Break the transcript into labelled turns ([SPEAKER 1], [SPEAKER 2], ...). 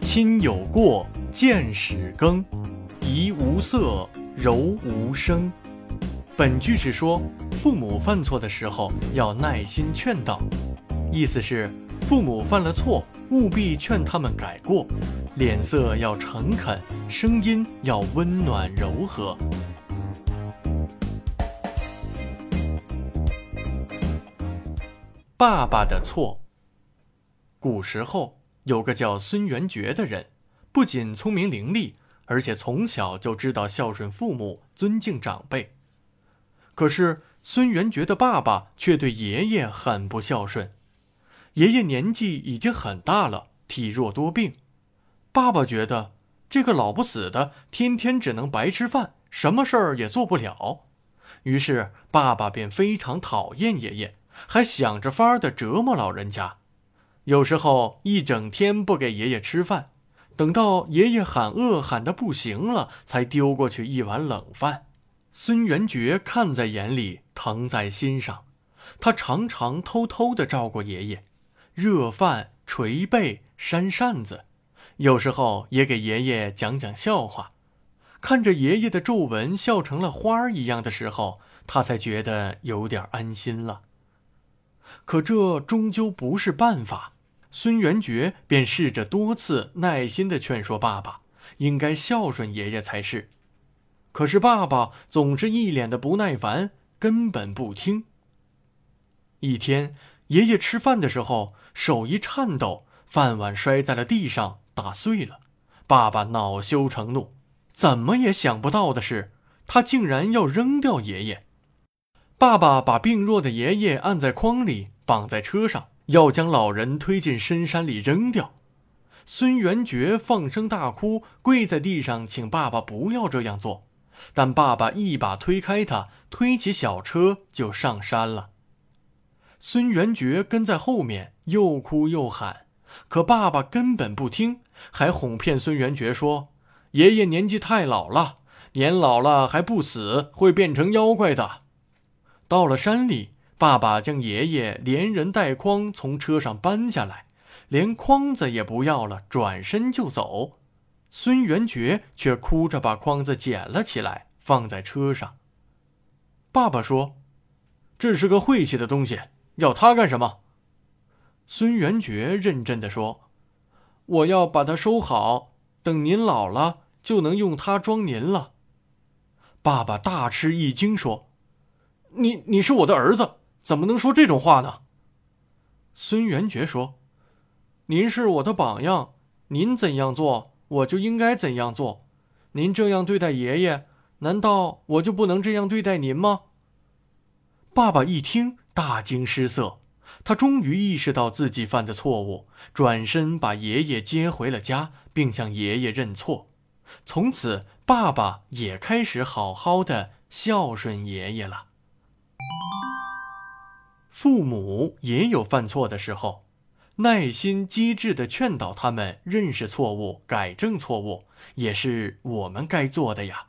[SPEAKER 1] 亲有过，见始更，怡无色，柔无声。本句是说，父母犯错的时候要耐心劝导，意思是父母犯了错，务必劝他们改过，脸色要诚恳，声音要温暖柔和。爸爸的错。古时候有个叫孙元觉的人，不仅聪明伶俐，而且从小就知道孝顺父母，尊敬长辈。可是孙元觉的爸爸却对爷爷很不孝顺。爷爷年纪已经很大了，体弱多病。爸爸觉得这个老不死的天天只能白吃饭，什么事儿也做不了。于是爸爸便非常讨厌爷爷，还想着法儿的折磨老人家。有时候一整天不给爷爷吃饭，等到爷爷喊饿喊得不行了，才丢过去一碗冷饭。孙元觉看在眼里，疼在心上，他常常偷偷地照顾爷爷，热饭、捶背、扇扇子，有时候也给爷爷讲讲笑话。看着爷爷的皱纹笑成了花儿一样的时候，他才觉得有点安心了。可这终究不是办法，孙元觉便试着多次耐心地劝说爸爸，应该孝顺爷爷才是。可是爸爸总是一脸的不耐烦，根本不听。一天，爷爷吃饭的时候手一颤抖，饭碗摔在了地上，打碎了。爸爸恼羞成怒，怎么也想不到的是，他竟然要扔掉爷爷。爸爸把病弱的爷爷按在筐里，绑在车上，要将老人推进深山里扔掉。孙元觉放声大哭，跪在地上请爸爸不要这样做，但爸爸一把推开他，推起小车就上山了。孙元觉跟在后面，又哭又喊，可爸爸根本不听，还哄骗孙元觉说，爷爷年纪太老了，年老了还不死，会变成妖怪的。到了山里，爸爸将爷爷连人带筐从车上搬下来，连筐子也不要了，转身就走。孙元觉却哭着把筐子捡了起来，放在车上。爸爸说，这是个晦气的东西，要它干什么？孙元觉认真地说，我要把它收好，等您老了就能用它装您了。爸爸大吃一惊说，你是我的儿子，怎么能说这种话呢？孙元觉说，您是我的榜样，您怎样做，我就应该怎样做。您这样对待爷爷，难道我就不能这样对待您吗？爸爸一听，大惊失色，他终于意识到自己犯的错误，转身把爷爷接回了家，并向爷爷认错。从此，爸爸也开始好好的孝顺爷爷了。父母也有犯错的时候，耐心机智地劝导他们认识错误，改正错误，也是我们该做的呀。